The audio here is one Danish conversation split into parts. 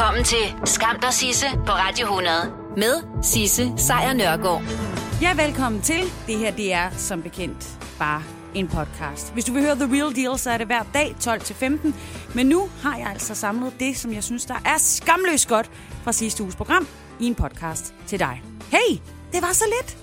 Velkommen til Skam dig Sisse på Radio 100 med Sisse Sejr Nørgaard. Ja, velkommen til. Det her, det er som bekendt bare en podcast. Hvis du vil høre The Real Deal, så er det hver dag 12-15. Men nu har jeg altså samlet det, som jeg synes, der er skamløst godt fra sidste uges program i en podcast til dig. Hey, det var så lidt.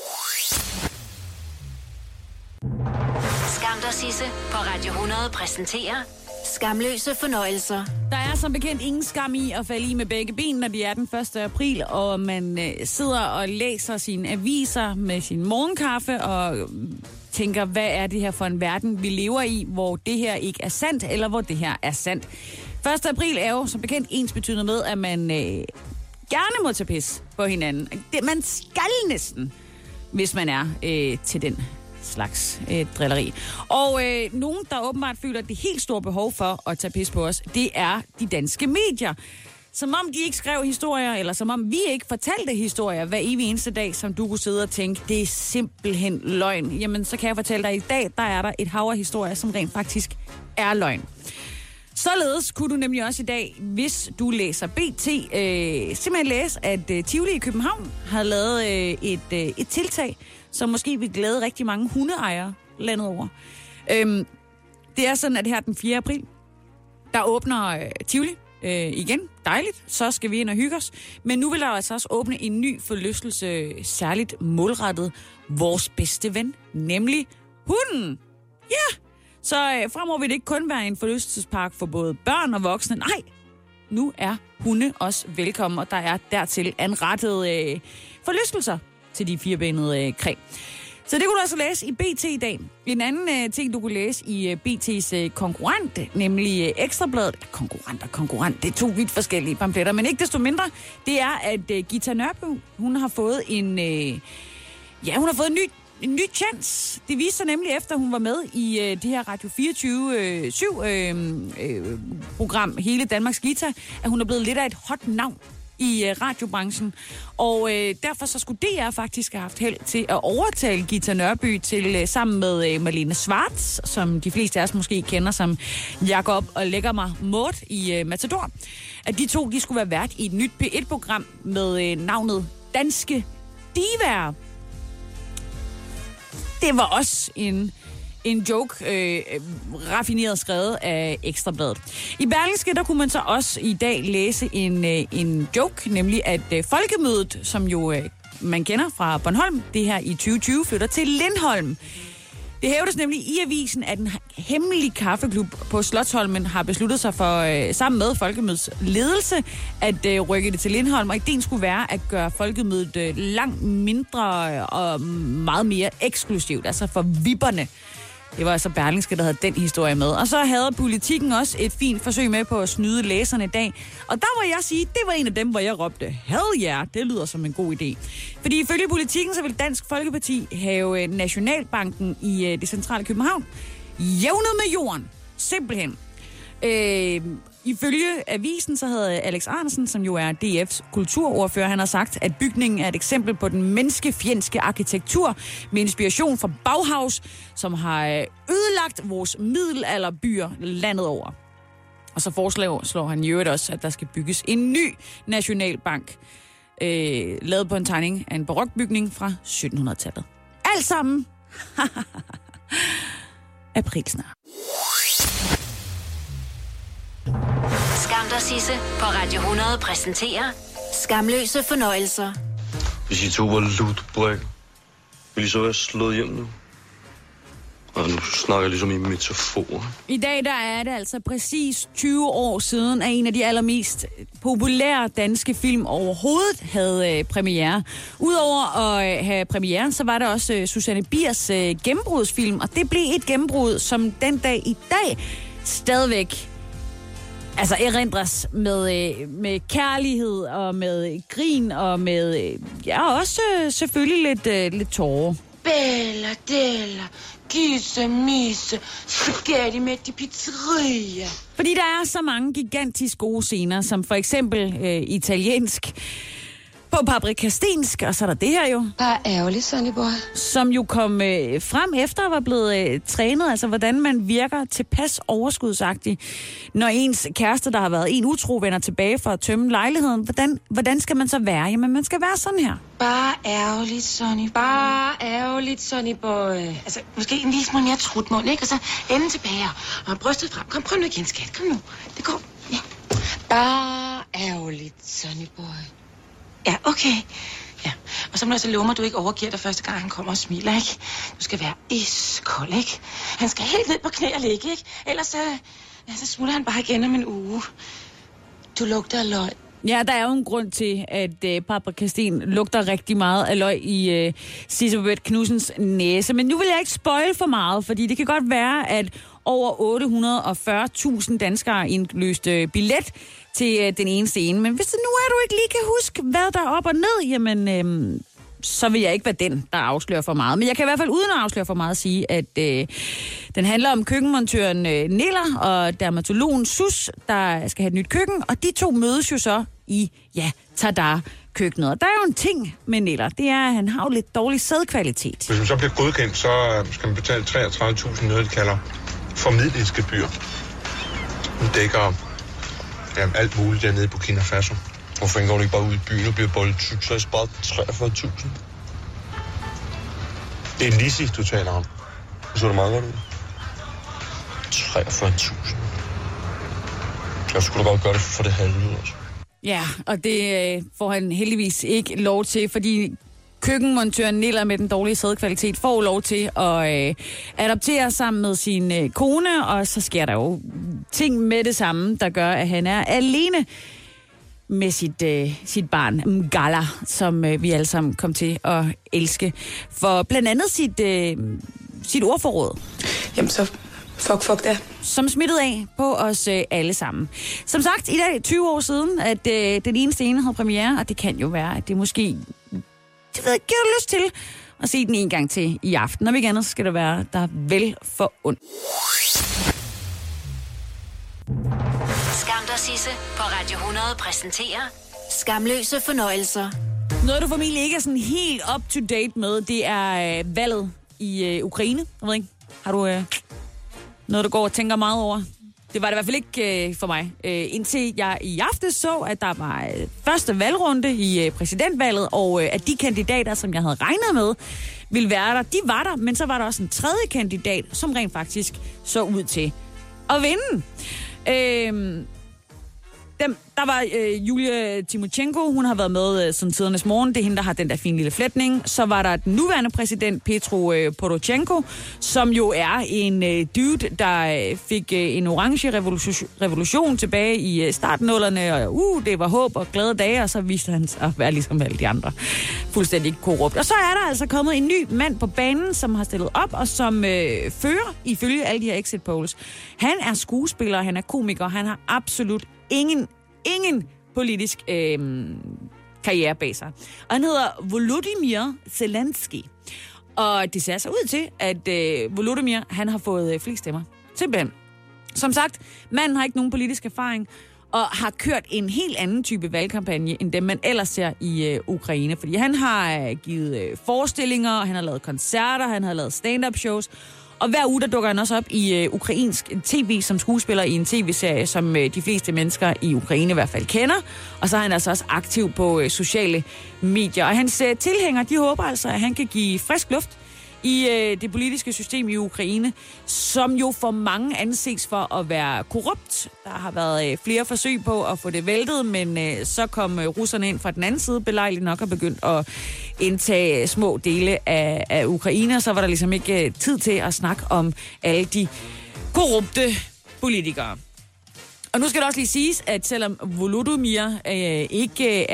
Skam dig Sisse på Radio 100 præsenterer Skamløse fornøjelser. Der er som bekendt ingen skam i at falde i med begge ben, når det er den 1. april, og man sidder og læser sine aviser med sin morgenkaffe og tænker, hvad er det her for en verden, vi lever i, hvor det her ikke er sandt, eller hvor det her er sandt. 1. april er jo som bekendt ensbetydende med, at man gerne må tage pis på hinanden. Man skal næsten, hvis man er til den slags drilleri. Og nogen, der åbenbart føler det helt store behov for at tage pis på os, det er de danske medier. Som om de ikke skrev historier, eller som om vi ikke fortalte historier hver evig eneste dag, som du kunne sidde og tænke, det er simpelthen løgn. Jamen, så kan jeg fortælle dig, at i dag, der er der et hav af historier, som rent faktisk er løgn. Således kunne du nemlig også i dag, hvis du læser BT, simpelthen læse, at Tivoli i København har lavet et tiltag, som måske vil glæde rigtig mange hundeejere landet over. Det er sådan, at her den 4. april, der åbner Tivoli igen. Dejligt. Så skal vi ind og hygge os. Men nu vil der altså også åbne en ny forlystelse, særligt målrettet vores bedste ven, nemlig hunden. Ja! Så fremover vil det ikke kun være en forlystelsespark for både børn og voksne. Nej, nu er hunde også velkommen, og der er dertil anrettede forlystelser til de firbenede kræ. Så det kunne du altså læse i BT i dag. En anden ting, du kunne læse i BT's konkurrent, nemlig Ekstrabladet. Konkurrent, det er 2 vidt forskellige pamfletter, men ikke desto mindre. Det er, at Gita Nørby, hun har fået en ny chance. Det viste sig nemlig efter, hun var med i det her Radio 24/7-program Hele Danmarks Gita, at hun er blevet lidt af et hot navn i radiobranchen. Og derfor så skulle DR faktisk have haft held til at overtale Gita Nørby til sammen med Malene Schwartz, som de fleste af os måske kender som Jakob og Lægger mig Mort i Matador, at de to de skulle være vært i et nyt P1-program med navnet Danske Divaer. Det var også en joke, raffineret skrevet af Ekstrabladet. I Berlingske, der kunne man så også i dag læse en joke, nemlig at Folkemødet, som jo man kender fra Bornholm, det her i 2020, flytter til Lindholm. Det hævdes nemlig i avisen, at en hemmelig kaffeklub på Slotsholmen har besluttet sig for, sammen med Folkemødets ledelse, at rykke det til Lindholm, og ideen skulle være at gøre Folkemødet langt mindre og meget mere eksklusivt, altså for vipperne. Det var altså Berlingske, der havde den historie med. Og så havde Politikken også et fint forsøg med på at snyde læserne i dag. Og der må jeg sige, det var en af dem, hvor jeg råbte, hell yeah, det lyder som en god idé. Fordi ifølge Politikken, så vil Dansk Folkeparti have Nationalbanken i det centrale København jævnet med jorden. Simpelthen. Ifølge avisen, så havde Alex Ahrendtsen, som jo er DF's kulturordfører, han har sagt, at bygningen er et eksempel på den menneskefjendske arkitektur med inspiration fra Bauhaus, som har ødelagt vores middelalderbyer landet over. Og så foreslår han i øvrigt også, at der skal bygges en ny nationalbank, lavet på en tegning af en barokbygning fra 1700-tallet. Alt sammen aprilsnart. Skam dig Sisse på Radio 100 præsenterer Skamløse fornøjelser. Hvis I to var lutebrækker, ville I så være slået hjem nu? Og nu snakker jeg ligesom i metaforer. I dag der er det altså præcis 20 år siden, at en af de allermest populære danske film overhovedet havde premiere. Udover at have premiere, så var der også Susanne Biers gennembrudsfilm, og det blev et gennembrud, som den dag i dag stadigvæk erindres med kærlighed og med grin og med også selvfølgelig lidt tårer. Bella, della, kisse, misse, spaghetti med de pizzeria. Fordi der er så mange gigantisk gode scener, som for eksempel italiensk på paprikastensk, og så er der det her jo. Bare ærgerligt, Sonny Boy. Som jo kom frem efter at være blevet trænet, altså hvordan man virker tilpas overskudsagtig, når ens kæreste, der har været en utro, vender tilbage for at tømme lejligheden. Hvordan skal man så være? Jamen, man skal være sådan her. Bare ærgerligt, Sonny. Bare ærgerligt, Sonny Boy. Altså, måske en lille smule mere trutmund, ikke? Og så enden tilbage og brystet frem. Kom, prøv nu igen, skat. Kom nu. Det går. Ja. Bare ærgerligt, Sonny Boy. Ja, okay. Ja. Og så må du altså love mig, at du ikke overgiver dig første gang, han kommer og smiler, ikke? Du skal være iskold, ikke? Han skal helt ned på knæ og ligge, ikke? Ellers så smutter han bare igen om en uge. Du lugter af løg. Ja, der er jo en grund til, at paprikasten lugter rigtig meget af løg i Sisse Babett Knudsens næse. Men nu vil jeg ikke spoil for meget, fordi det kan godt være, at over 840.000 danskere indløste billet til den ene scene. Men hvis det nu er, du ikke lige kan huske, hvad der er op og ned, jamen, så vil jeg ikke være den, der afslører for meget. Men jeg kan i hvert fald uden at afsløre for meget sige, at den handler om køkkenmontøren Niller og dermatologen Sus, der skal have et nyt køkken. Og de to mødes jo så i, tada-køkkenet. Og der er jo en ting med Niller, det er, at han har jo lidt dårlig sædkvalitet. Hvis man så bliver godkendt, så skal man betale 33.000 noget, de kalder formidlingsgebyr. Den dækker alt muligt dernede i Burkina Faso. Hvorfor går du ikke bare ud i byen og bliver boldet tyk, så er det bare 43.000. Det er Lissi, du taler om. Så er det meget godt ud. 43.000. Jeg skulle da godt gøre det for det halve også. Ja, og det får han heldigvis ikke lov til, fordi køkkenmontøren Niller med den dårlige sædkvalitet får lov til at adoptere sammen med sin kone, og så sker der jo ting med det samme, der gør, at han er alene med sit barn, Mgala, som vi alle sammen kom til at elske. For blandt andet sit ordforråd. Jamen så fuck det. Som smittede af på os alle sammen. Som sagt, i dag 20 år siden, at den ene scene havde premiere, og det kan jo være, at det måske giver lyst til at se den en gang til i aften. Og ikke andet, så skal det være, der er vel for ondt. Skam dig, Sisse på Radio 100 præsenterer Skamløse fornøjelser. Noget, du formentlig ikke er sådan helt up-to-date med, det er valget i Ukraine. Jeg ved ikke, har du noget, du går og tænker meget over? Det var det i hvert fald ikke for mig. Indtil jeg i aften så, at der var første valgrunde i præsidentvalget, og at de kandidater, som jeg havde regnet med, ville være der, de var der, men så var der også en tredje kandidat, som rent faktisk så ud til at vinde. Der var Julia Timoshenko, hun har været med siden tidernes morgen. Det er hende, der har den der fine lille flætning. Så var der den nuværende præsident, Petro Poroshenko, som jo er en dude, der fik en orange revolution tilbage i startnullerne. Og det var håb og glade dage, og så viste han sig at være ligesom alle de andre. Fuldstændig korrupt. Og så er der altså kommet en ny mand på banen, som har stillet op, og som fører ifølge alle de her exit polls. Han er skuespiller, han er komiker, han har absolut ingen politisk karriere bag sig. Og han hedder Volodymyr Zelensky. Og det ser så ud til, at Volodymyr, han har fået flest stemmer. Simpelthen. Som sagt, manden har ikke nogen politisk erfaring, og har kørt en helt anden type valgkampagne, end dem man ellers ser i Ukraine. Fordi han har givet forestillinger, han har lavet koncerter, han har lavet stand-up shows. Og hver uge, der dukker han også op i ukrainsk tv som skuespiller i en tv-serie, som de fleste mennesker i Ukraine i hvert fald kender. Og så er han altså også aktiv på sociale medier. Og hans tilhængere, de håber altså, at han kan give frisk luft i det politiske system i Ukraine, som jo for mange anses for at være korrupt. Der har været flere forsøg på at få det væltet, men så kom russerne ind fra den anden side, belejligt nok, og begyndt at indtage små dele af Ukraine, og så var der ligesom ikke tid til at snakke om alle de korrupte politikere. Og nu skal det også lige siges, at selvom Volodymyr ikke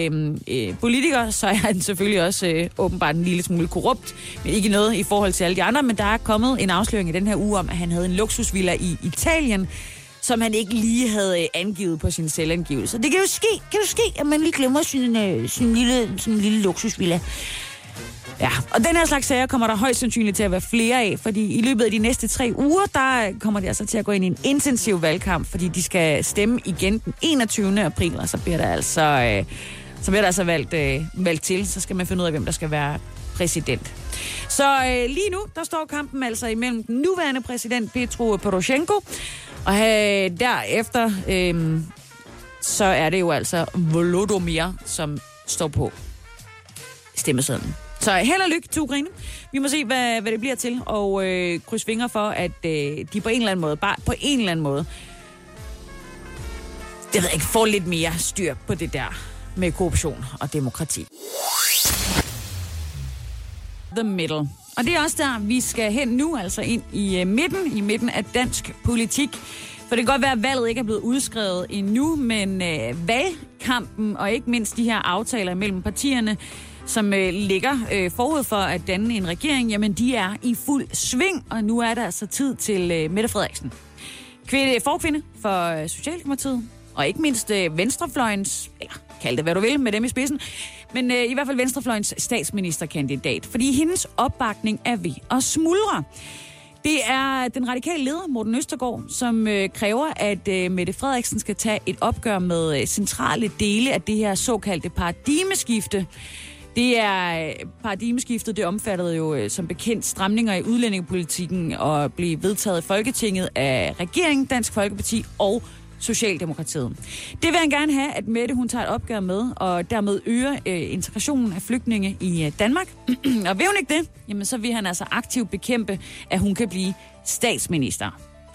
er politiker, så er han selvfølgelig også åbenbart en lille smule korrupt, men ikke noget i forhold til alle de andre. Men der er kommet en afsløring i den her uge om, at han havde en luksusvilla i Italien, som han ikke lige havde angivet på sin selvangivelse. Det kan jo ske, at man lige glemmer sin lille luksusvilla. Ja, og den her slags sager kommer der højst sandsynligt til at være flere af, fordi i løbet af de næste 3 uger, der kommer de altså til at gå ind i en intensiv valgkamp, fordi de skal stemme igen den 21. april, og så bliver der altså Så bliver der altså valgt til, så skal man finde ud af, hvem der skal være præsident. Så lige nu, der står kampen altså imellem den nuværende præsident Petro Poroshenko, og derefter, så er det jo altså Volodymyr, som står på stemmesedlen. Så held og lykke til Ukraine. Vi må se, hvad det bliver til, og kryds fingre for, at de på en eller anden måde, bare på en eller anden måde, det ved jeg ikke, får lidt mere styr på det der med korruption og demokrati. The middle. Og det er også der, vi skal hen nu, altså ind i midten af dansk politik. For det kan godt være, at valget ikke er blevet udskrevet endnu, men valgkampen og ikke mindst de her aftaler mellem partierne, som ligger forud for at danne en regering, jamen de er i fuld sving, og nu er der altså tid til Mette Frederiksen. Forkvinde for Socialdemokratiet, og ikke mindst venstrefløjens, eller kald det hvad du vil, med dem i spidsen, men i hvert fald venstrefløjens statsministerkandidat, fordi hendes opbakning er ved at smuldre. Det er den radikale leder, Morten Østergaard, som kræver, at Mette Frederiksen skal tage et opgør med centrale dele af det her såkaldte paradigmeskifte. Det er paradigmeskiftet, det omfattede jo som bekendt stramninger i udlændingepolitikken og blev vedtaget i Folketinget af regeringen, Dansk Folkeparti og Socialdemokratiet. Det vil han gerne have, at Mette hun tager et opgør med, og dermed øger integrationen af flygtninge i Danmark. Og vil hun ikke det, jamen så vil han altså aktivt bekæmpe, at hun kan blive statsminister.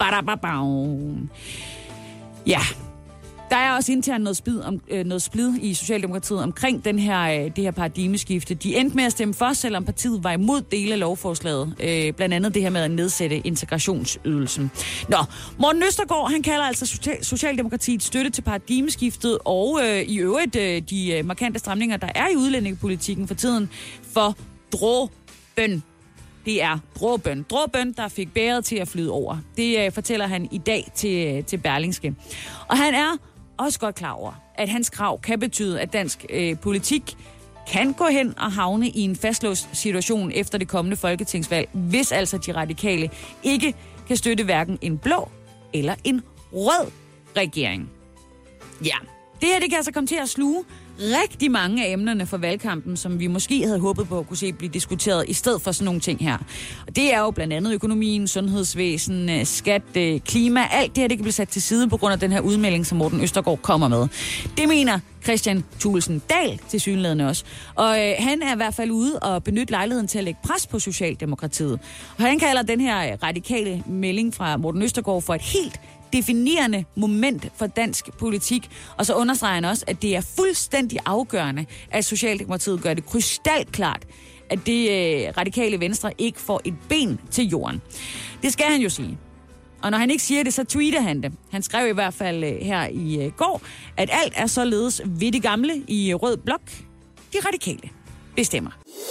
Ja, der er også internt noget splid i Socialdemokratiet omkring det her paradigmeskifte. De endte med at stemme for, selvom partiet var imod dele af lovforslaget. Blandt andet det her med at nedsætte integrationsydelsen. Nå, Morten Østergaard, han kalder altså Socialdemokratiets støtte til paradigmeskiftet og i øvrigt de markante stramninger, der er i udlændingepolitikken for tiden, for dråben. Det er dråben. Dråben, der fik bæret til at flyde over. Det fortæller han i dag til Berlingske. Og han er også godt klar over, at hans krav kan betyde, at dansk politik kan gå hen og havne i en fastlåst situation efter det kommende folketingsvalg, hvis altså de radikale ikke kan støtte hverken en blå eller en rød regering. Ja, det her det kan altså komme til at sluge rigtig mange af emnerne for valgkampen, som vi måske havde håbet på at kunne se blive diskuteret i stedet for sådan nogle ting her. Og det er jo blandt andet økonomien, sundhedsvæsen, skat, klima, alt det her, det kan blive sat til side på grund af den her udmelding, som Morten Østergaard kommer med. Det mener Kristian Thulesen Dahl tilsyneladende også. Og han er i hvert fald ude og benytte lejligheden til at lægge pres på Socialdemokratiet. Og han kalder den her radikale melding fra Morten Østergaard for et helt definerende moment for dansk politik, og så understreger han også, at det er fuldstændig afgørende, at Socialdemokratiet gør det krystalklart, at det radikale venstre ikke får et ben til jorden. Det skal han jo sige. Og når han ikke siger det, så tweeter han det. Han skrev i hvert fald her i går, at alt er således ved det gamle i rød blok. De radikale bestemmer.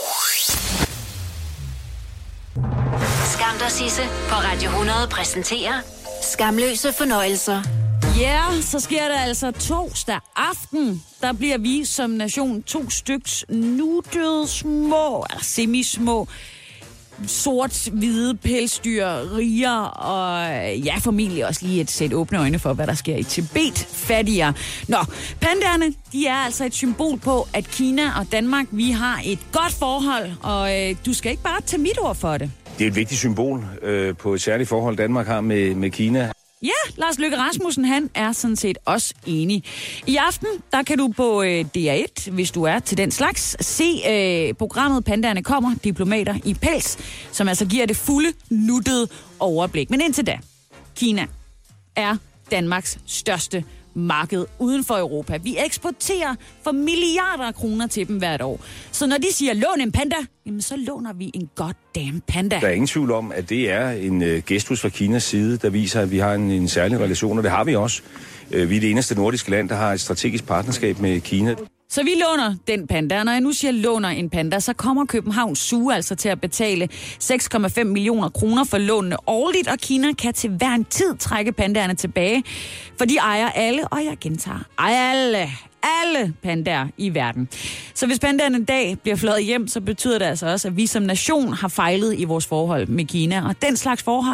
Skam dig, Sisse på Radio 100 præsenterer Skamløse fornøjelser. Ja, så sker der altså torsdag aften. Der bliver vi som nation 2 styks nuttede små, eller semismå, sort-hvide pelsdyr, riger og ja, formentlig også lige et sæt åbne øjne for, hvad der sker i Tibet fattigere. Nå, pandaerne, de er altså et symbol på, at Kina og Danmark, vi har et godt forhold, og du skal ikke bare tage mit ord for det. Det er et vigtigt symbol på et særligt forhold, Danmark har med Kina. Ja, Lars Løkke Rasmussen, han er sådan set også enig. I aften, der kan du på DR1, hvis du er til den slags, se programmet Pandaerne kommer, diplomater i pels, som altså giver det fulde, nuttede overblik. Men indtil da, Kina er Danmarks største marked uden for Europa. Vi eksporterer for milliarder af kroner til dem hvert år. Så når de siger, lån en panda, jamen så låner vi en goddamn panda. Der er ingen tvivl om, at det er en gestus fra Kinas side, der viser, at vi har en særlig relation, og det har vi også. Vi er det eneste nordiske land, der har et strategisk partnerskab med Kina. Så vi låner den panda, og når jeg nu siger låner en panda, så kommer Københavns Zoo altså til at betale 6,5 millioner kroner for lånene årligt, og Kina kan til hver en tid trække pandaerne tilbage, for de ejer alle, og jeg gentager, alle pandaer i verden. Så hvis pandaerne en dag bliver fløjet hjem, så betyder det altså også, at vi som nation har fejlet i vores forhold med Kina, og den slags forhold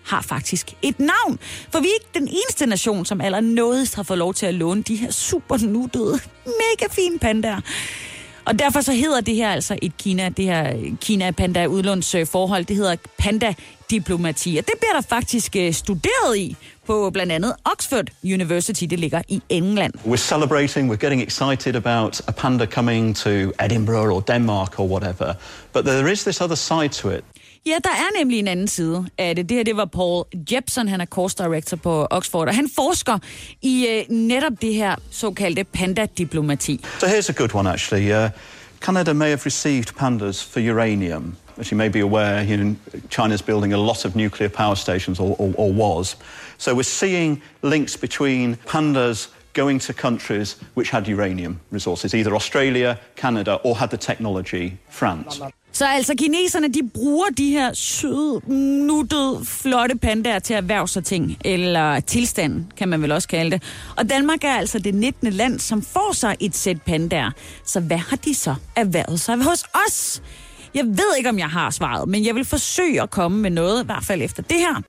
har faktisk et navn. For vi er ikke den eneste nation, som allernådigst har fået lov til at låne de her super nuttede, mega fine pandaer. Og derfor så hedder det her altså det her Kina-panda-udlånsforhold, det hedder panda-diplomati. Og det bliver der faktisk studeret i på blandt andet Oxford University, det ligger i England. We're celebrating, we're getting excited about a panda coming to Edinburgh or Denmark or whatever. But there is this other side to it. Ja, der er nemlig en anden side af det. Det her, det var Paul Jepson, han er course director på Oxford, og han forsker i netop det her såkaldte panda-diplomati. So here's a good one actually. Canada may have received pandas for uranium. As you may be aware, China's building a lot of nuclear power stations, or was. So we're seeing links between pandas going to countries which had uranium resources, either Australia, Canada, or had the technology, France. Så altså kineserne, de bruger de her søde, nuttede, flotte pandaer til at erhverve sig ting, eller tilstand, kan man vel også kalde det. Og Danmark er altså det 19. land, som får sig et sæt pandaer. Så hvad har de så erhvervet sig hos os? Jeg ved ikke, om jeg har svaret, men jeg vil forsøge at komme med noget, i hvert fald efter det her.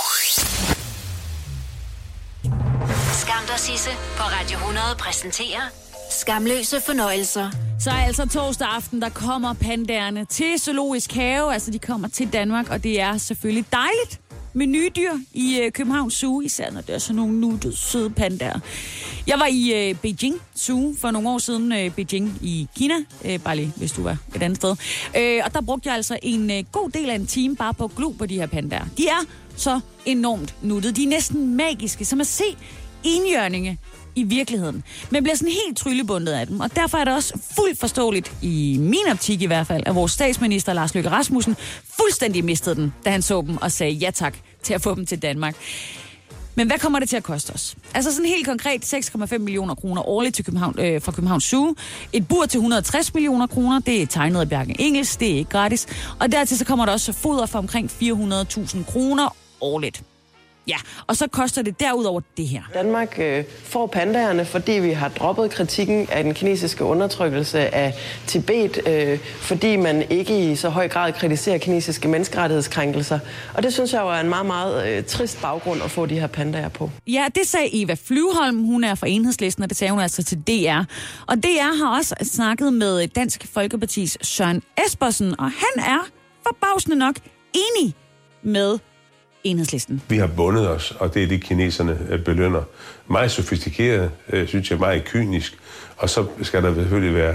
Skam dig, Sisse på Radio 100 præsenterer Skamløse fornøjelser. Så altså torsdag aften, der kommer pandaerne til Zoologisk Have. Altså de kommer til Danmark, og det er selvfølgelig dejligt med nye dyr i Københavns Zoo, især når det er sådan nogle nuttede, søde pandaer. Jeg var i Beijing Zoo for nogle år siden, Beijing i Kina, bare lige hvis du var et andet sted. Og der brugte jeg altså en god del af en time bare på at glo på de her pandaer. De er så enormt nuttede, de er næsten magiske, som at se enhjørninge i virkeligheden. Men bliver sådan helt tryllebundet af dem, og derfor er det også fuldt forståeligt, i min optik i hvert fald, at vores statsminister Lars Løkke Rasmussen fuldstændig mistede den, da han så dem og sagde ja tak til at få dem til Danmark. Men hvad kommer det til at koste os? Altså sådan helt konkret 6,5 millioner kroner årligt til fra Københavns Zoo. Et bur til 160 millioner kroner, det er tegnet af Bjarke Ingels, det er ikke gratis. Og dertil så kommer der også foder for omkring 400.000 kroner årligt. Ja, og så koster det derudover det her. Danmark får pandaerne, fordi vi har droppet kritikken af den kinesiske undertrykkelse af Tibet, fordi man ikke i så høj grad kritiserer kinesiske menneskerettighedskrænkelser. Og det synes jeg jo er en meget, meget trist baggrund at få de her pandaer på. Ja, det sagde Eva Flyvholm, hun er fra Enhedslisten, og det sagde hun altså til DR. Og DR har også snakket med Dansk Folkepartis Søren Espersen, og han er forbavsende nok enig med Enhedslisten. Vi har bundet os, og det er det, kineserne belønner. Meget sofistikeret, synes jeg, meget kynisk, og så skal der selvfølgelig være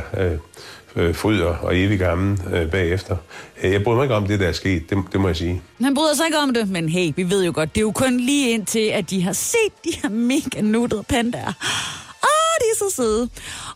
fryd og evig gammel bagefter. Jeg bryder mig ikke om det, der er sket, det må jeg sige. Han bryder sig ikke om det, men hey, vi ved jo godt, det er jo kun lige indtil, at de har set de her mega nuttede pandaer. De er så søde.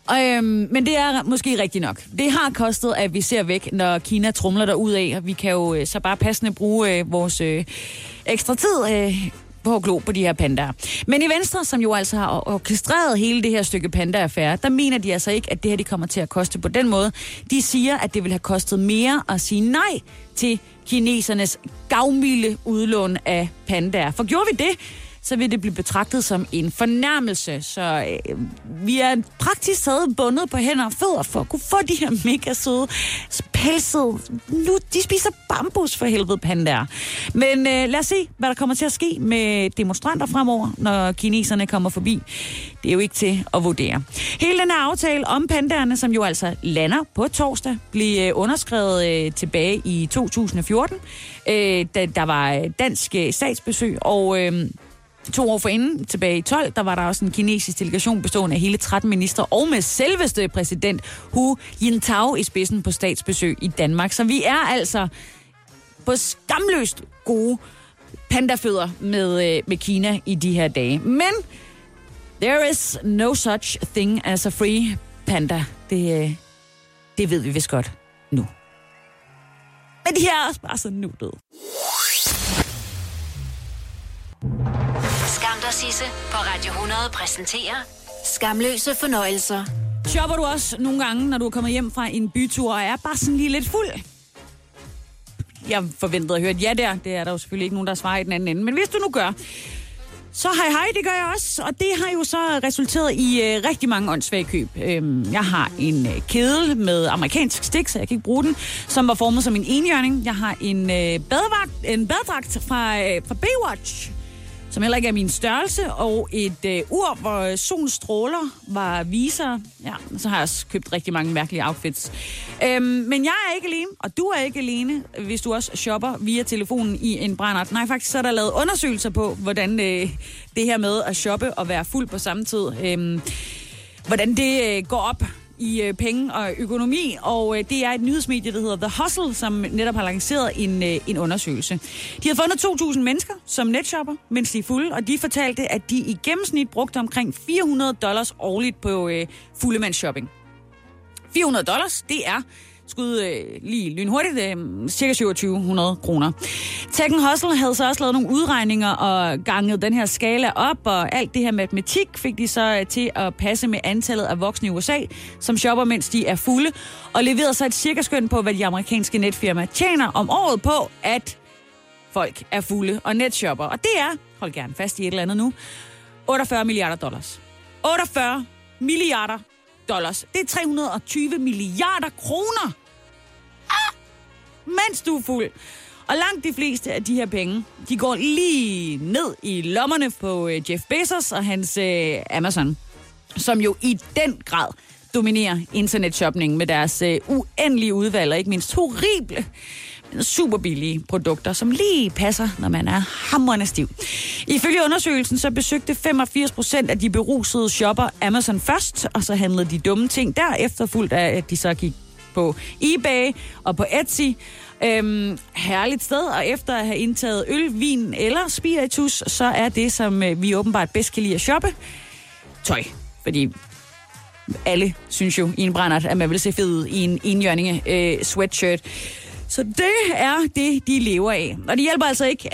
Men det er måske rigtigt nok. Det har kostet, at vi ser væk, når Kina tromler derudad, og vi kan jo så bare passende bruge vores ekstra tid på at glo på de her pandaer. Men i Venstre, som jo altså har orkestreret hele det her stykke panda-affære, der mener de altså ikke, at det her de kommer til at koste på den måde. De siger, at det vil have kostet mere at sige nej til kinesernes gavmilde udlån af pandaer. For gjorde vi det, så vil det blive betragtet som en fornærmelse. Så vi er praktisk taget bundet på hænder og fødder for at kunne få de her mega søde, pelsede, nu de spiser bambus for helvede pandaer. Men lad os se, hvad der kommer til at ske med demonstranter fremover, når kineserne kommer forbi. Det er jo ikke til at vurdere. Hele den her aftale om pandaerne, som jo altså lander på torsdag, blev underskrevet tilbage i 2014. Der var dansk statsbesøg, og 2 år forinden, tilbage i 12, der var der også en kinesisk delegation bestående af hele 13 ministre, og med selveste præsident Hu Jintao i spidsen på statsbesøg i Danmark. Så vi er altså på skamløst gode pandafødder med Kina i de her dage. Men there is no such thing as a free panda. Det ved vi vist godt nu. Men de er også bare så nuttede. Skam dig, Sisse på Radio 100 præsenterer Skamløse fornøjelser. Shopper du også nogle gange, når du er kommet hjem fra en bytur, og er bare sådan lige lidt fuld? Jeg forventede at høre et ja der. Det er der jo selvfølgelig ikke nogen, der svarer i den anden ende. Men hvis du nu gør, Så hej, det gør jeg også, og det har jo så resulteret i rigtig mange åndssvage køb. Jeg har en kedel med amerikansk stik, så jeg kan ikke bruge den, som var formet som en enhjørning. Jeg har en badedragt fra Baywatch, som heller ikke er min størrelse, og et ur, hvor solens stråler var viser. Ja, så har jeg også købt rigtig mange mærkelige outfits. Men jeg er ikke alene, og du er ikke alene, hvis du også shopper via telefonen i en brændert. Nej, faktisk så er der lavet undersøgelser på, hvordan det her med at shoppe og være fuld på samme tid, hvordan det går op i penge og økonomi, og det er et nyhedsmedie, der hedder The Hustle, som netop har lanceret en undersøgelse. De har fundet 2.000 mennesker som netshopper, mens de er fulde, og de fortalte, at de i gennemsnit brugte omkring $400 årligt på fuldemandsshopping. $400, det er lige lynhurtigt, cirka 2700 kroner. Tech & Hustle havde så også lavet nogle udregninger og ganget den her skala op, og alt det her matematik fik de så til at passe med antallet af voksne i USA, som shopper, mens de er fulde, og leverede så et cirka skøn på, hvad de amerikanske netfirmaer tjener om året på, at folk er fulde og netshopper. Og det er, hold gerne fast i et eller andet nu, $48 milliarder. 48 milliarder dollars. Det er 320 milliarder kroner. Mens du er fuld. Og langt de fleste af de her penge, de går lige ned i lommerne på Jeff Bezos og hans Amazon, som jo i den grad dominerer internetshoppingen med deres uendelige udvalg, og ikke mindst horrible, super billige produkter, som lige passer, når man er hamrende stiv. Ifølge undersøgelsen, så besøgte 85% af de berusede shopper Amazon først, og så handlede de dumme ting derefter, fuldt af, at de så gik på eBay og på Etsy. Herligt sted, og efter at have indtaget øl, vin eller spiritus, så er det, som vi åbenbart bedst kan lide at shoppe, tøj. Fordi alle synes jo i en brændert, at man vil se fed ud i en enhjørninge sweatshirt. Så det er det, de lever af. Og det hjælper altså ikke,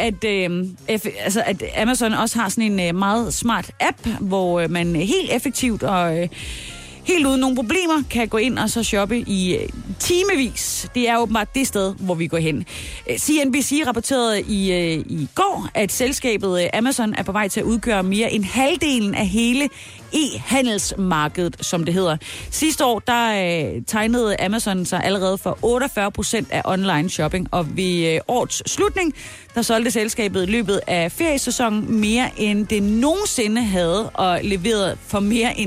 at Amazon også har sådan en meget smart app, hvor man helt effektivt og helt uden nogle problemer kan gå ind og så shoppe i timevis. Det er åbenbart det sted, hvor vi går hen. CNBC rapporterede i går, at selskabet Amazon er på vej til at udgøre mere end halvdelen af hele e-handelsmarkedet, som det hedder. Sidste år, der tegnede Amazon sig allerede for 48% af online shopping, og ved årets slutning, der solgte selskabet i løbet af feriesæsonen mere end det nogensinde havde, og leveret mere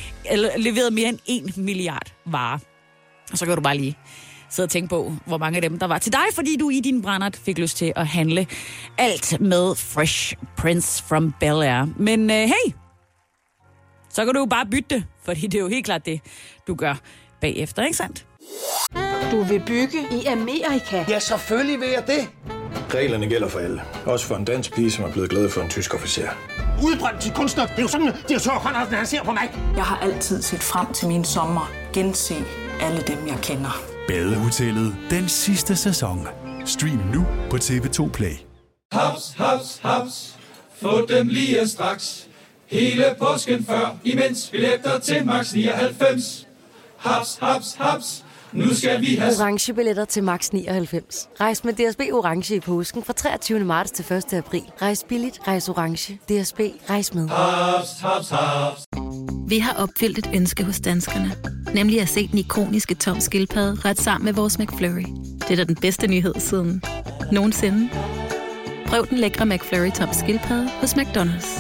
end 1 milliard varer. Og så kan du bare lige sidde og tænke på, hvor mange af dem der var til dig, fordi du i din brændert fik lyst til at handle alt med Fresh Prince from Bel-Air. Men hey, så kan du jo bare bytte det, fordi det er jo helt klart det, du gør bagefter, ikke sandt? Du vil bygge i Amerika? Ja, selvfølgelig vil jeg det. Reglerne gælder for alle. Også for en dansk pige, som er blevet glad for en tysk officer. Udbrændt til kunstner. Det er jo sådan, at direktør Conradsen, han ser på mig. Jeg har altid set frem til min sommer. Gense alle dem, jeg kender. Badehotellet. Den sidste sæson. Stream nu på TV2 Play. Haps, haps, haps. Få dem lige straks. Hele påsken før, imens billetter til max 99. Haps, haps, haps. Nu skal vi have orange billetter til max 99. Rejs med DSB orange i påsken fra 23. marts til 1. april. Rejs billigt, rejs orange. DSB, rejs med. Haps, haps, haps. Vi har opfyldt et ønske hos danskerne, nemlig at se den ikoniske Tom Skildpadde ret sammen med vores McFlurry. Det er da den bedste nyhed siden nogensinde. Prøv den lækre McFlurry Tom Skildpadde hos McDonald's.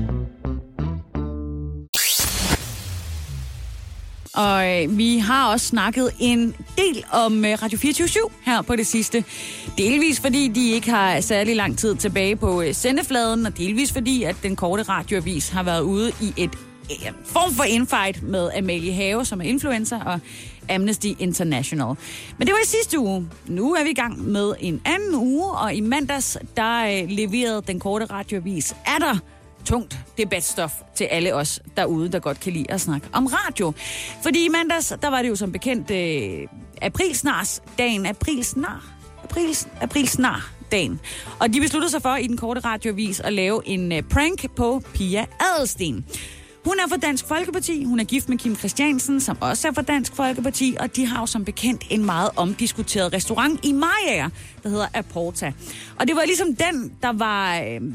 Og vi har også snakket en del om Radio 24/7 her på det sidste. Delvis fordi de ikke har særlig lang tid tilbage på sendefladen, og delvis fordi, at den korte radioavis har været ude i et form for infight med Amalie Have, som er influencer, og Amnesty International. Men det var i sidste uge. Nu er vi i gang med en anden uge, og i mandags, der leverede den korte radioavis tungt debatstof til alle os derude, der godt kan lide at snakke om radio. Fordi i mandags, der var det jo som bekendt aprilsnar-dagen. Aprilsnar-dagen. Og de besluttede sig for i den korte radioavis at lave en prank på Pia Adelsteen. Hun er fra Dansk Folkeparti, hun er gift med Kim Christiansen, som også er fra Dansk Folkeparti, og de har jo som bekendt en meget omdiskuteret restaurant i Mariager, der hedder Aporta. Og det var ligesom den, der var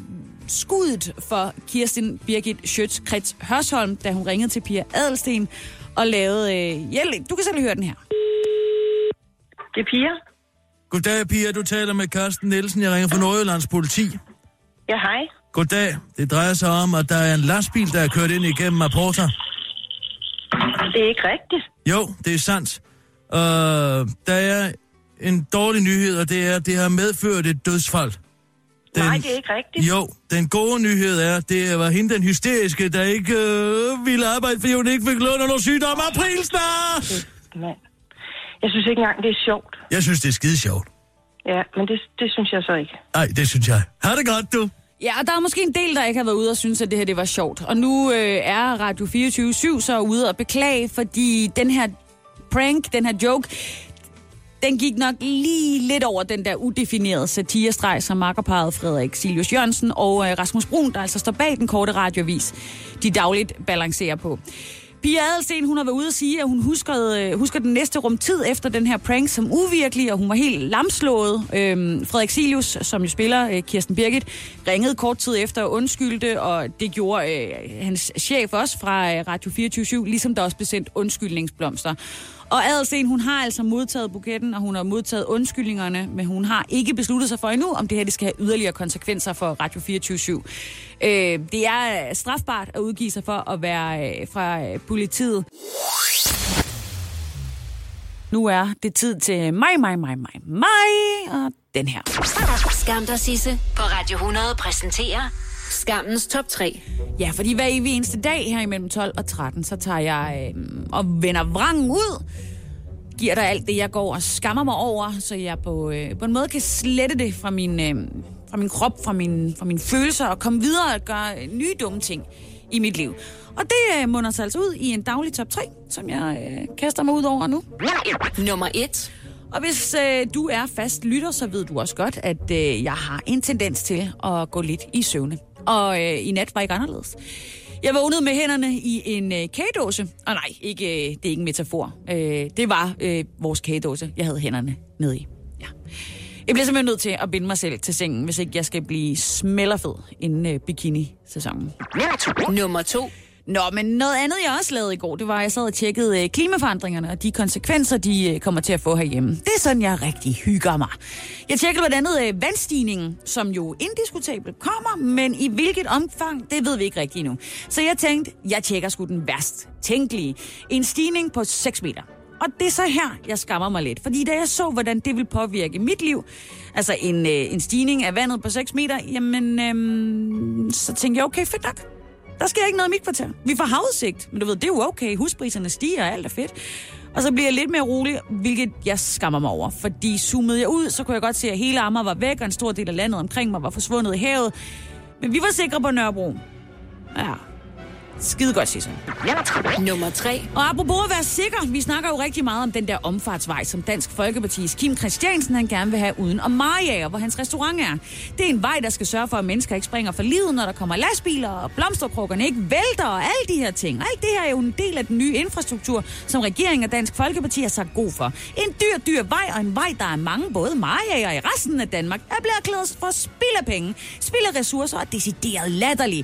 skuddet for Kirsten Birgit Schiøtz Hørsholm, da hun ringede til Pia Adelsten og lavede hjælp. Du kan selv høre den her. Det er Pia. Goddag, Pia. Du taler med Carsten Nielsen. Jeg ringer fra Nordjyllands politi. Ja, hej. Goddag. Det drejer sig om, at der er en lastbil, der er kørt ind igennem Apporta. Det er ikke rigtigt. Jo, det er sandt. Der er en dårlig nyhed, og det er, at det har medført et dødsfald. Nej, det er ikke rigtigt. Jo, den gode nyhed er, det var hende den hysteriske, der ikke ville arbejde, fordi hun ikke fik løn under sygdom. April snart! Jeg synes ikke engang, det er sjovt. Jeg synes, det er skide sjovt. Ja, men det synes jeg så ikke. Nej, det synes jeg. Ha' det godt, du. Ja, og der er måske en del, der ikke har været ude og synes, at det her det var sjovt. Og nu er Radio 24/7 så ude og beklage, fordi den her prank, den her joke, den gik nok lige lidt over den der udefinerede satirestreg, som makkerparret Frederik Silius Jørgensen og Rasmus Brun, der altså står bag den korte radioavis, de dagligt balancerer på. Pia Adelsten, hun har været ude at sige, at hun husker den næste rum tid efter den her prank som uvirkelig, og hun var helt lamslået. Frederik Silius, som jo spiller Kirsten Birgit, ringede kort tid efter og undskyldte, og det gjorde hans chef også fra Radio 24/7, ligesom der også blev sendt undskyldningsblomster. Og Adelsten, hun har altså modtaget buketten, og hun har modtaget undskyldningerne, men hun har ikke besluttet sig for endnu, om det her det skal have yderligere konsekvenser for Radio 24/7. Det er strafbart at udgive sig for at være fra politiet. Nu er det tid til mig, og den her. Skam dig, Sisse på Radio 100 præsenterer Skammens top 3. Ja, fordi hver evig eneste dag her imellem 12 og 13, så tager jeg og vender vrangen ud, giver dig alt det, jeg går og skammer mig over, så jeg på en måde kan slette det fra min krop, fra mine følelser, og komme videre og gøre nye dumme ting i mit liv. Og det munder sig altså ud i en daglig top 3, som jeg kaster mig ud over nu. Nummer 1. Og hvis du er fast lytter, så ved du også godt, at jeg har en tendens til at gå lidt i søvne. Og i nat var ikke anderledes. Jeg vågnede med hænderne i en kagedåse. Og nej, det er ikke en metafor. Det var vores kagedåse, jeg havde hænderne nede i. Ja. Jeg bliver simpelthen nødt til at binde mig selv til sengen, hvis ikke jeg skal blive smælderfed inden bikini-sæsonen. Nummer 2. Nå, men noget andet, jeg også lavede i går, det var, at jeg sad og tjekkede klimaforandringerne og de konsekvenser, de kommer til at få herhjemme. Det er sådan, jeg rigtig hygger mig. Jeg tjekkede blandt andet vandstigningen, som jo indiskutabelt kommer, men i hvilket omfang, det ved vi ikke rigtigt endnu. Så jeg tænkte, jeg tjekker sgu den værst tænkelige. En stigning på 6 meter. Og det er så her, jeg skammer mig lidt. Fordi da jeg så, hvordan det vil påvirke mit liv, altså en stigning af vandet på 6 meter, jamen, så tænkte jeg, okay, fedt nok. Der sker ikke noget i mit kvarter. Vi får havudsigt, men du ved, det er jo okay. Huspriserne stiger, og alt er fedt. Og så bliver jeg lidt mere rolig, hvilket jeg skammer mig over. Fordi zoomede jeg ud, så kunne jeg godt se, at hele Amager var væk, og en stor del af landet omkring mig var forsvundet i havet. Men vi var sikre på Nørrebro. Ja, skide godt, Sisse. Nummer 3. Og apropos at være sikker, vi snakker jo rigtig meget om den der omfartsvej, som Dansk Folkepartis Kim Christiansen han gerne vil have uden om Mariager, hvor hans restaurant er. Det er en vej, der skal sørge for, at mennesker ikke springer for livet, når der kommer lastbiler, og blomsterkrukkerne ikke vælter, og alle de her ting. Og alt det her er jo en del af den nye infrastruktur, som regeringen og Dansk Folkeparti har sagt god for. En dyr vej, og en vej, der er mange, både Mariager og i resten af Danmark, er blevet erklæret for spild af penge, spild af ressourcer og decideret latterlige.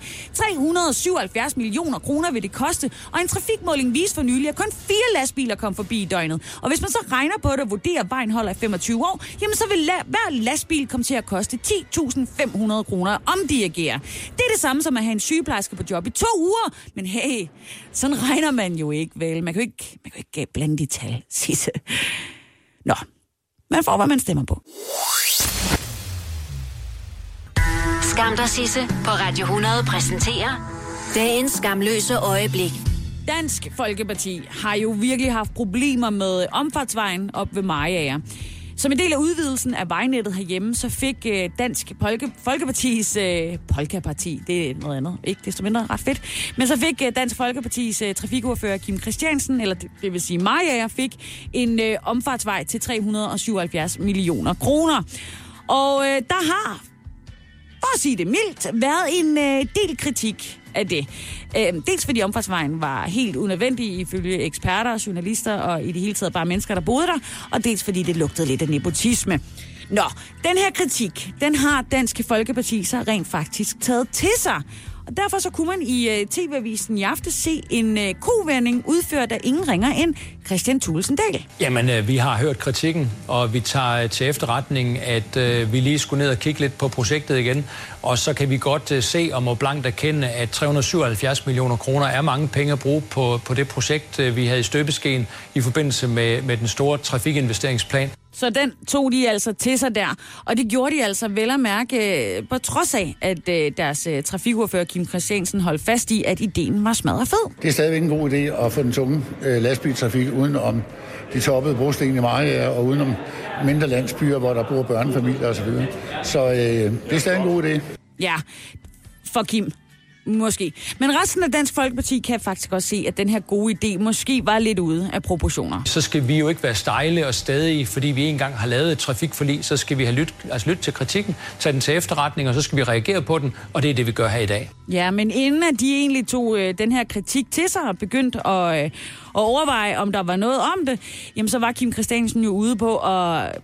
377 millioner kroner vil det koste, og en trafikmåling viste for nylig, at kun 4 lastbiler kom forbi i døgnet. Og hvis man så regner på det og vurderer, at vejen holder i 25 år, jamen så vil hver lastbil komme til at koste 10.500 kroner omdirigere. Det er det samme som at have en sygeplejerske på job i 2 uger. Men hey, sådan regner man jo ikke, vel? Man kan jo ikke blande de tal, Sisse. Nå, man får, hvad man stemmer på. Skam dig, Sisse på Radio 100 præsenterer dagens skamløse øjeblik. Dansk Folkeparti har jo virkelig haft problemer med omfartsvejen op ved Mariager. Som en del af udvidelsen af vejnettet herhjemme, så fik Dansk Folkepartis Polkaparti, det er noget andet, ikke desto mindre ret fedt, men så fik Dansk Folkepartis trafikordfører Kim Christiansen, eller det vil sige Mariager, fik en omfartsvej til 377 millioner kroner. Og der har, for at sige det mildt, været en del kritik af det. Dels fordi omfartsvejen var helt unødvendig ifølge eksperter, journalister og i det hele taget bare mennesker, der boede der, og dels fordi det lugtede lidt af nepotisme. Nå, den her kritik, den har Dansk Folkeparti så rent faktisk taget til sig. Og derfor så kunne man i TV-avisen i aften se en kovending udført af ingen ringer end Kristian Thulesen Dahl. Jamen, vi har hørt kritikken, og vi tager til efterretning, at vi lige skulle ned og kigge lidt på projektet igen. Og så kan vi godt se og må blankt erkende, at 377 millioner kroner er mange penge at bruge på det projekt, vi havde i støbeskeen i forbindelse med den store trafikinvesteringsplan. Så den tog de altså til sig der, og det gjorde de altså vel at mærke på trods af, at deres trafikordfører Kim Christiansen holdt fast i, at ideen var smadret fed. Det er stadigvæk en god idé at få den tunge lastbiltrafik uden om de toppede brosten i Mariager og udenom mindre landsbyer, hvor der bor børnefamilier osv. Så det er stadig en god idé. Ja, for Kim. Måske. Men resten af Dansk Folkeparti kan faktisk også se, at den her gode idé måske var lidt ude af proportioner. Så skal vi jo ikke være stejle og stadige, fordi vi engang har lavet et trafikforlig, så skal vi have lyttet til kritikken, tage den til efterretning, og så skal vi reagere på den, og det er det, vi gør her i dag. Ja, men inden at de egentlig tog den her kritik til sig og begyndte at overveje, om der var noget om det, jamen så var Kim Christiansen jo ude på at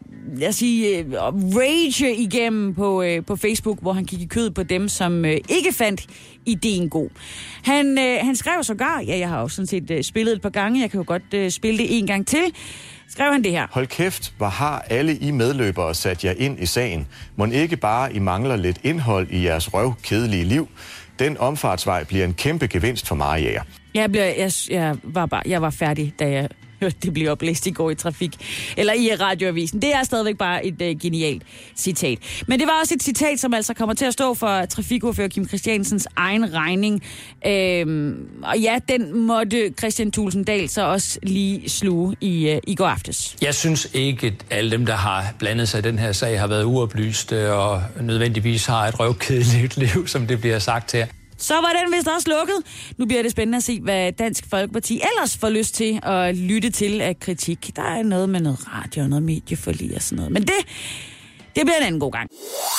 rage igennem på Facebook, hvor han gik i kød på dem, som ikke fandt ideen god. Han skrev sågar, jeg har jo sådan set spillet et par gange, jeg kan jo godt spille det en gang til, skrev han det her. Hold kæft, hvor har alle I medløbere sat jer ind i sagen. Mon ikke bare I mangler lidt indhold i jeres røvkedelige liv. Den omfartsvej bliver en kæmpe gevinst for Mariager. Jeg var færdig, da jeg hørte det blive oplæst i går i i radioavisen. Det er stadigvæk bare et genialt citat. Men det var også et citat, som altså kommer til at stå for trafikordfører Kim Christiansens egen regning. Og ja, den måtte Kristian Thulesen Dahl så også lige sluge i går aftes. Jeg synes ikke, at alle dem, der har blandet sig i den her sag, har været uoplyste og nødvendigvis har et røvkedeligt liv, som det bliver sagt her. Så var den vist også lukket. Nu bliver det spændende at se, hvad Dansk Folkeparti ellers får lyst til at lytte til af kritik. Der er noget med noget radio og noget medieforlig og sådan noget. Men det bliver en anden god gang.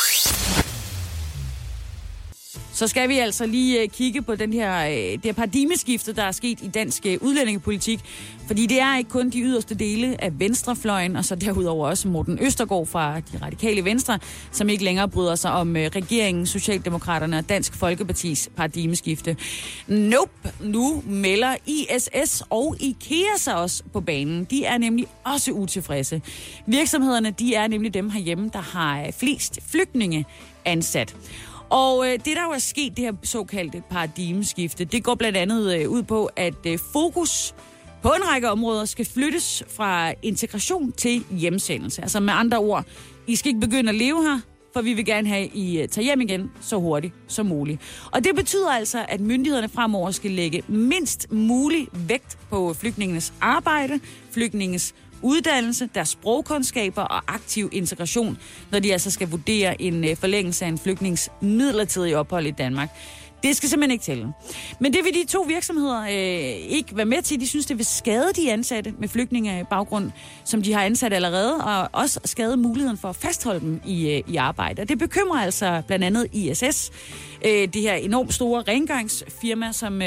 Så skal vi altså lige kigge på det her paradigmeskifte, der er sket i dansk udlændingepolitik. Fordi det er ikke kun de yderste dele af venstrefløjen, og så derudover også Morten Østergaard fra de radikale venstre, som ikke længere bryder sig om regeringen, Socialdemokraterne og Dansk Folkepartis paradigmeskifte. Nope, nu melder ISS og IKEA sig også på banen. De er nemlig også utilfredse. Virksomhederne, de er nemlig dem herhjemme, der har flest flygtninge ansat. Og det, der jo er sket, det her såkaldte paradigmeskifte, det går blandt andet ud på, at fokus på en række områder skal flyttes fra integration til hjemsendelse. Altså med andre ord, I skal ikke begynde at leve her, for vi vil gerne have, at I tager hjem igen så hurtigt som muligt. Og det betyder altså, at myndighederne fremover skal lægge mindst mulig vægt på flygtningenes arbejde, flygtningenes uddannelse, deres sprogkundskaber og aktiv integration, når de altså skal vurdere en forlængelse af en flygtnings midlertidige ophold i Danmark. Det skal simpelthen ikke tælle. Men det vil de to virksomheder ikke være med til. De synes, det vil skade de ansatte med flygtningebaggrund, som de har ansat allerede, og også skade muligheden for at fastholde dem i arbejde. Og det bekymrer altså blandt andet ISS, det her enormt store rengøringsfirma, som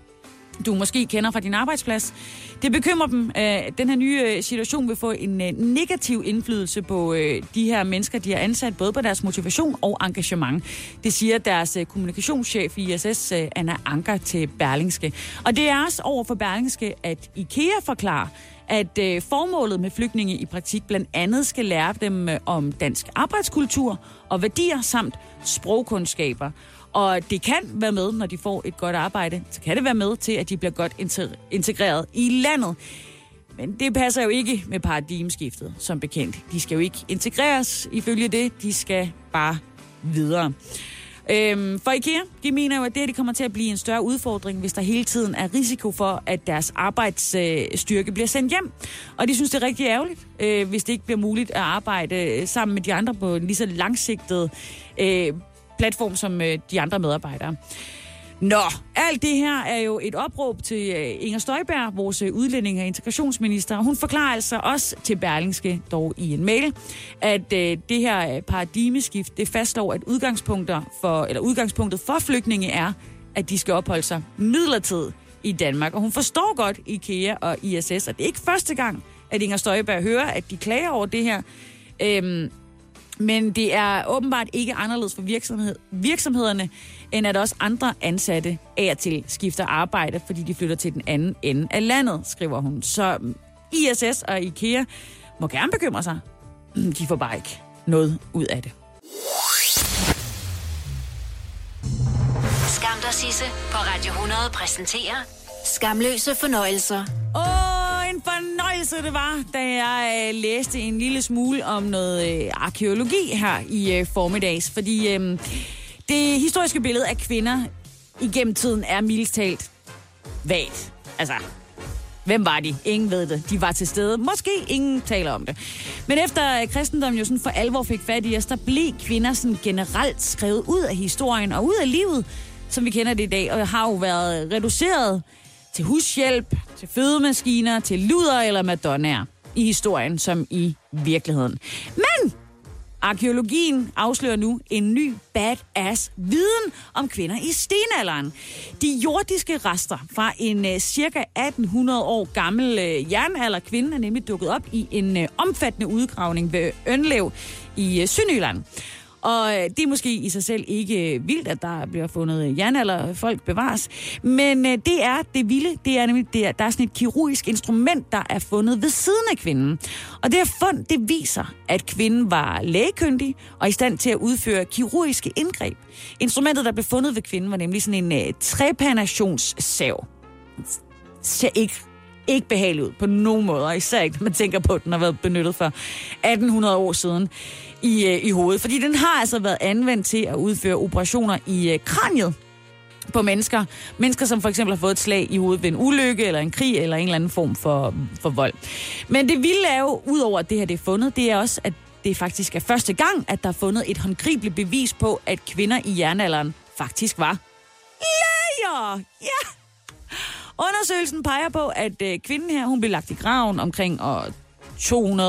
du måske kender fra din arbejdsplads. Det bekymrer dem, at den her nye situation vil få en negativ indflydelse på de her mennesker, de har ansat, både på deres motivation og engagement. Det siger deres kommunikationschef i ISS, Anna Anker, til Berlingske. Og det er også over for Berlingske, at IKEA forklarer, at formålet med flygtninge i praktik blandt andet skal lære dem om dansk arbejdskultur og værdier samt sprogkundskaber. Og det kan være med, når de får et godt arbejde, så kan det være med til, at de bliver godt integreret i landet. Men det passer jo ikke med paradigmeskiftet, som bekendt. De skal jo ikke integreres ifølge det, de skal bare videre. For IKEA, de mener jo, at det kommer til at blive en større udfordring, hvis der hele tiden er risiko for, at deres arbejdsstyrke bliver sendt hjem. Og de synes, det er rigtig ærgerligt, hvis det ikke bliver muligt at arbejde sammen med de andre på en lige så langsigtet platform som de andre medarbejdere. Nå, alt det her er jo et opråb til Inger Støjberg, vores udlænding- og integrationsminister. Hun forklarer altså også til Berlingske, dog i en mail, at det her paradigmeskift, det fastslår, at udgangspunktet for flygtninge er, at de skal opholde sig midlertidigt i Danmark. Og hun forstår godt IKEA og ISS, og det er ikke første gang, at Inger Støjberg hører, at de klager over det her. Men det er åbenbart ikke anderledes for virksomhederne, end at også andre ansatte af og til skifter arbejde, fordi de flytter til den anden ende af landet, skriver hun. Så ISS og IKEA må gerne bekymre sig. De får bare ikke noget ud af det. Skam dig, Sisse på Radio 100 præsenterer Skamløse fornøjelser. En fornøjelse det var, da jeg læste en lille smule om noget arkæologi her i formiddags. Fordi det historiske billede af kvinder igennem tiden er mildest talt vagt. Altså, hvem var de? Ingen ved det. De var til stede. Måske ingen taler om det. Men efter kristendommen jo sådan for alvor fik fat i os, der blev kvinder sådan generelt skrevet ud af historien og ud af livet, som vi kender det i dag, og har jo været reduceret til hushjælp, til fødemaskiner, til luder eller madonnaer i historien, som i virkeligheden. Men arkæologien afslører nu en ny badass viden om kvinder i stenalderen. De jordiske rester fra en cirka 1800 år gammel jernalderkvinde er nemlig dukket op i en omfattende udgravning ved Ønlev i Sønderjylland. Og det er måske i sig selv ikke vildt, at der bliver fundet jernalder, folk bevares. Men det er det vilde. Det er nemlig, der er sådan et kirurgisk instrument, der er fundet ved siden af kvinden. Og det her fund, det viser, at kvinden var lægekyndig og i stand til at udføre kirurgiske indgreb. Instrumentet, der blev fundet ved kvinden, var nemlig sådan en trepanationssav. Ser ikke behageligt ud på nogen måder, især ikke, når man tænker på, at den har været benyttet for 1800 år siden i hovedet. Fordi den har altså været anvendt til at udføre operationer i kraniet på mennesker. Mennesker, som for eksempel har fået et slag i hovedet ved en ulykke, eller en krig, eller en eller anden form for vold. Men det vilde er jo, udover at det her det er fundet, det er også, at det faktisk er første gang, at der er fundet et håndgribeligt bevis på, at kvinder i jernalderen faktisk var læger! Ja! Undersøgelsen peger på, at kvinden her, hun blev lagt i graven omkring 225-250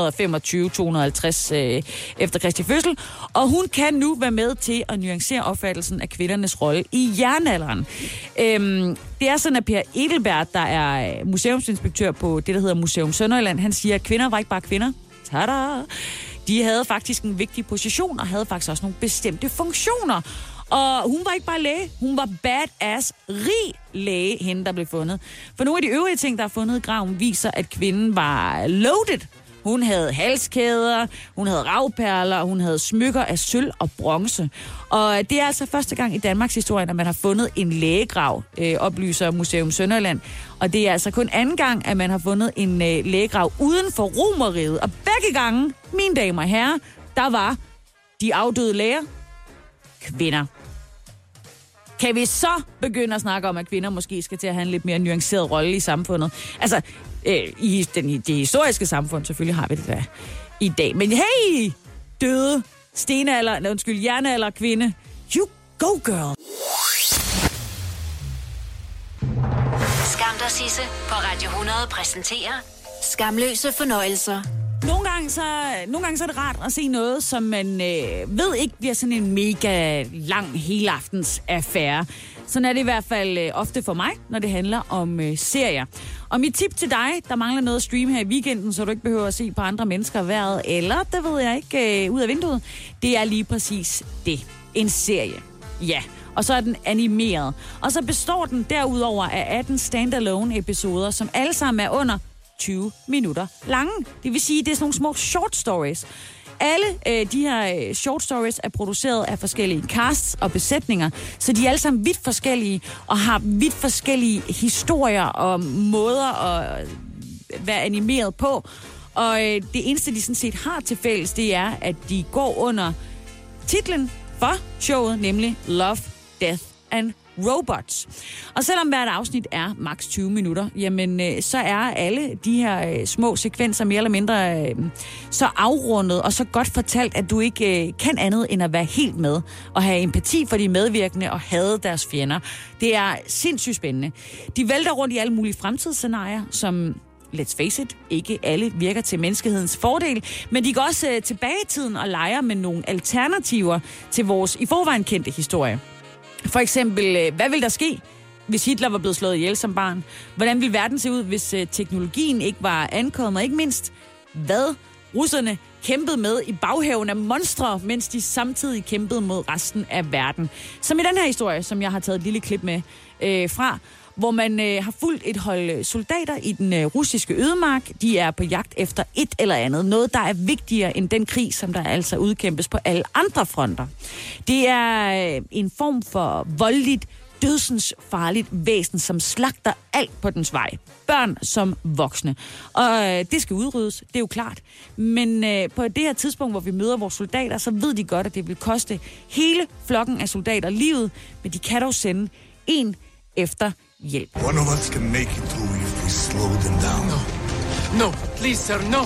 efter Kristi fødsel, og hun kan nu være med til at nuancere opfattelsen af kvindernes rolle i jernalderen. Det er sådan, at Per Edelberg, der er museumsinspektør på det, der hedder Museum Sønderjylland, han siger, at kvinder var ikke bare kvinder. Tada! De havde faktisk en vigtig position, og havde faktisk også nogle bestemte funktioner. Og hun var ikke bare læge, hun var badass, rig læge, hende der blev fundet. For nogle af de øvrige ting, der er fundet i graven, viser, at kvinden var loaded. Hun havde halskæder, hun havde ravperler, og hun havde smykker af sølv og bronze. Og det er altså første gang i Danmarks historie, at man har fundet en lægegrav, oplyser Museum Sønderjylland. Og det er altså kun anden gang, at man har fundet en lægegrav uden for Romerriget. Og begge gange, mine damer og herrer, der var de afdøde læger kvinder. Kan vi så begynde at snakke om, at kvinder måske skal til at have en lidt mere nuanceret rolle i samfundet? Altså, i det historiske samfund selvfølgelig har vi det der i dag. Men hey, døde jernalder kvinde. You go, girl. Skam dig, Sisse på Radio 100 præsenterer Skamløse fornøjelser. Nogle gange så er det rart at se noget, som man ved ikke bliver sådan en mega lang helaftens affære. Sådan er det i hvert fald ofte for mig, når det handler om serier. Og mit tip til dig, der mangler noget at streame her i weekenden, så du ikke behøver at se på andre mennesker vejret, eller, det ved jeg ikke, ud af vinduet, det er lige præcis det. En serie. Ja. Og så er den animeret. Og så består den derudover af 18 standalone episoder, som alle sammen er under 20 minutter lange. Det vil sige, det er sådan nogle små short stories. Alle de her short stories er produceret af forskellige casts og besætninger, så de er alle sammen vidt forskellige og har vidt forskellige historier og måder at være animeret på. Og det eneste, de sådan set har til fælles, det er, at de går under titlen for showet, nemlig Love, Death and Robots. Og selvom hvert afsnit er maks 20 minutter, jamen så er alle de her små sekvenser mere eller mindre så afrundet og så godt fortalt, at du ikke kan andet end at være helt med og have empati for de medvirkende og hade deres fjender. Det er sindssygt spændende. De vælter rundt i alle mulige fremtidsscenarier, som let's face it, ikke alle virker til menneskehedens fordel, men de går også tilbage i tiden og leger med nogle alternativer til vores i forvejen kendte historie. For eksempel, hvad vil der ske, hvis Hitler var blevet slået ihjel som barn? Hvordan ville verden se ud, hvis teknologien ikke var ankommet? Og ikke mindst, hvad russerne kæmpede med i baghaven af monstre, mens de samtidig kæmpede mod resten af verden. Som i den her historie, som jeg har taget et lille klip med fra, hvor man har fulgt et hold soldater i den russiske ødemark. De er på jagt efter et eller andet. Noget, der er vigtigere end den krig, som der altså udkæmpes på alle andre fronter. Det er en form for voldeligt, dødsensfarligt væsen, som slagter alt på dens vej. Børn som voksne. Og det skal udryddes, det er jo klart. Men på det her tidspunkt, hvor vi møder vores soldater, så ved de godt, at det vil koste hele flokken af soldater livet, men de kan dog sende en efter hjælp. One of us can make it through if we slow them down. No, please, sir, no.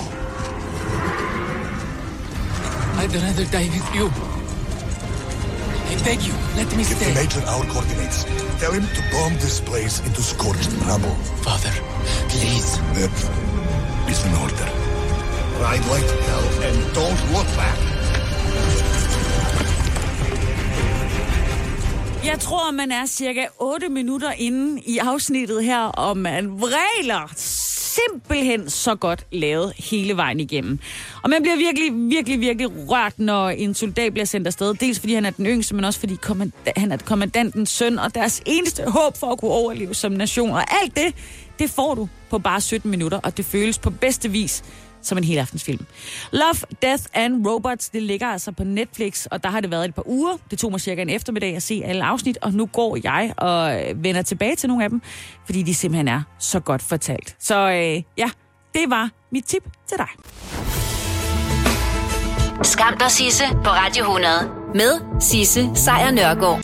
I'd rather die with you. I beg you, let me stay. Give the Major our coordinates. Tell him to bomb this place into scorched rubble. Father, please. That is an order. Ride like hell and don't look back. Jeg tror, man er cirka 8 minutter inde i afsnittet her, og man vræler simpelthen så godt lavet hele vejen igennem. Og man bliver virkelig rørt, når en soldat bliver sendt afsted. Dels fordi han er den yngste, men også fordi han er kommandantens søn, og deres eneste håb for at kunne overleve som nation. Og alt det får du på bare 17 minutter, og det føles på bedste vis som en helaftensfilm. Love, Death and Robots, det ligger altså på Netflix, og der har det været et par uger. Det tog mig cirka en eftermiddag at se alle afsnit, og nu går jeg og vender tilbage til nogle af dem, fordi de simpelthen er så godt fortalt. Så ja, det var mit tip til dig. Skam dig, Sisse, på Radio 100. Med Sisse Sejr Nørgaard.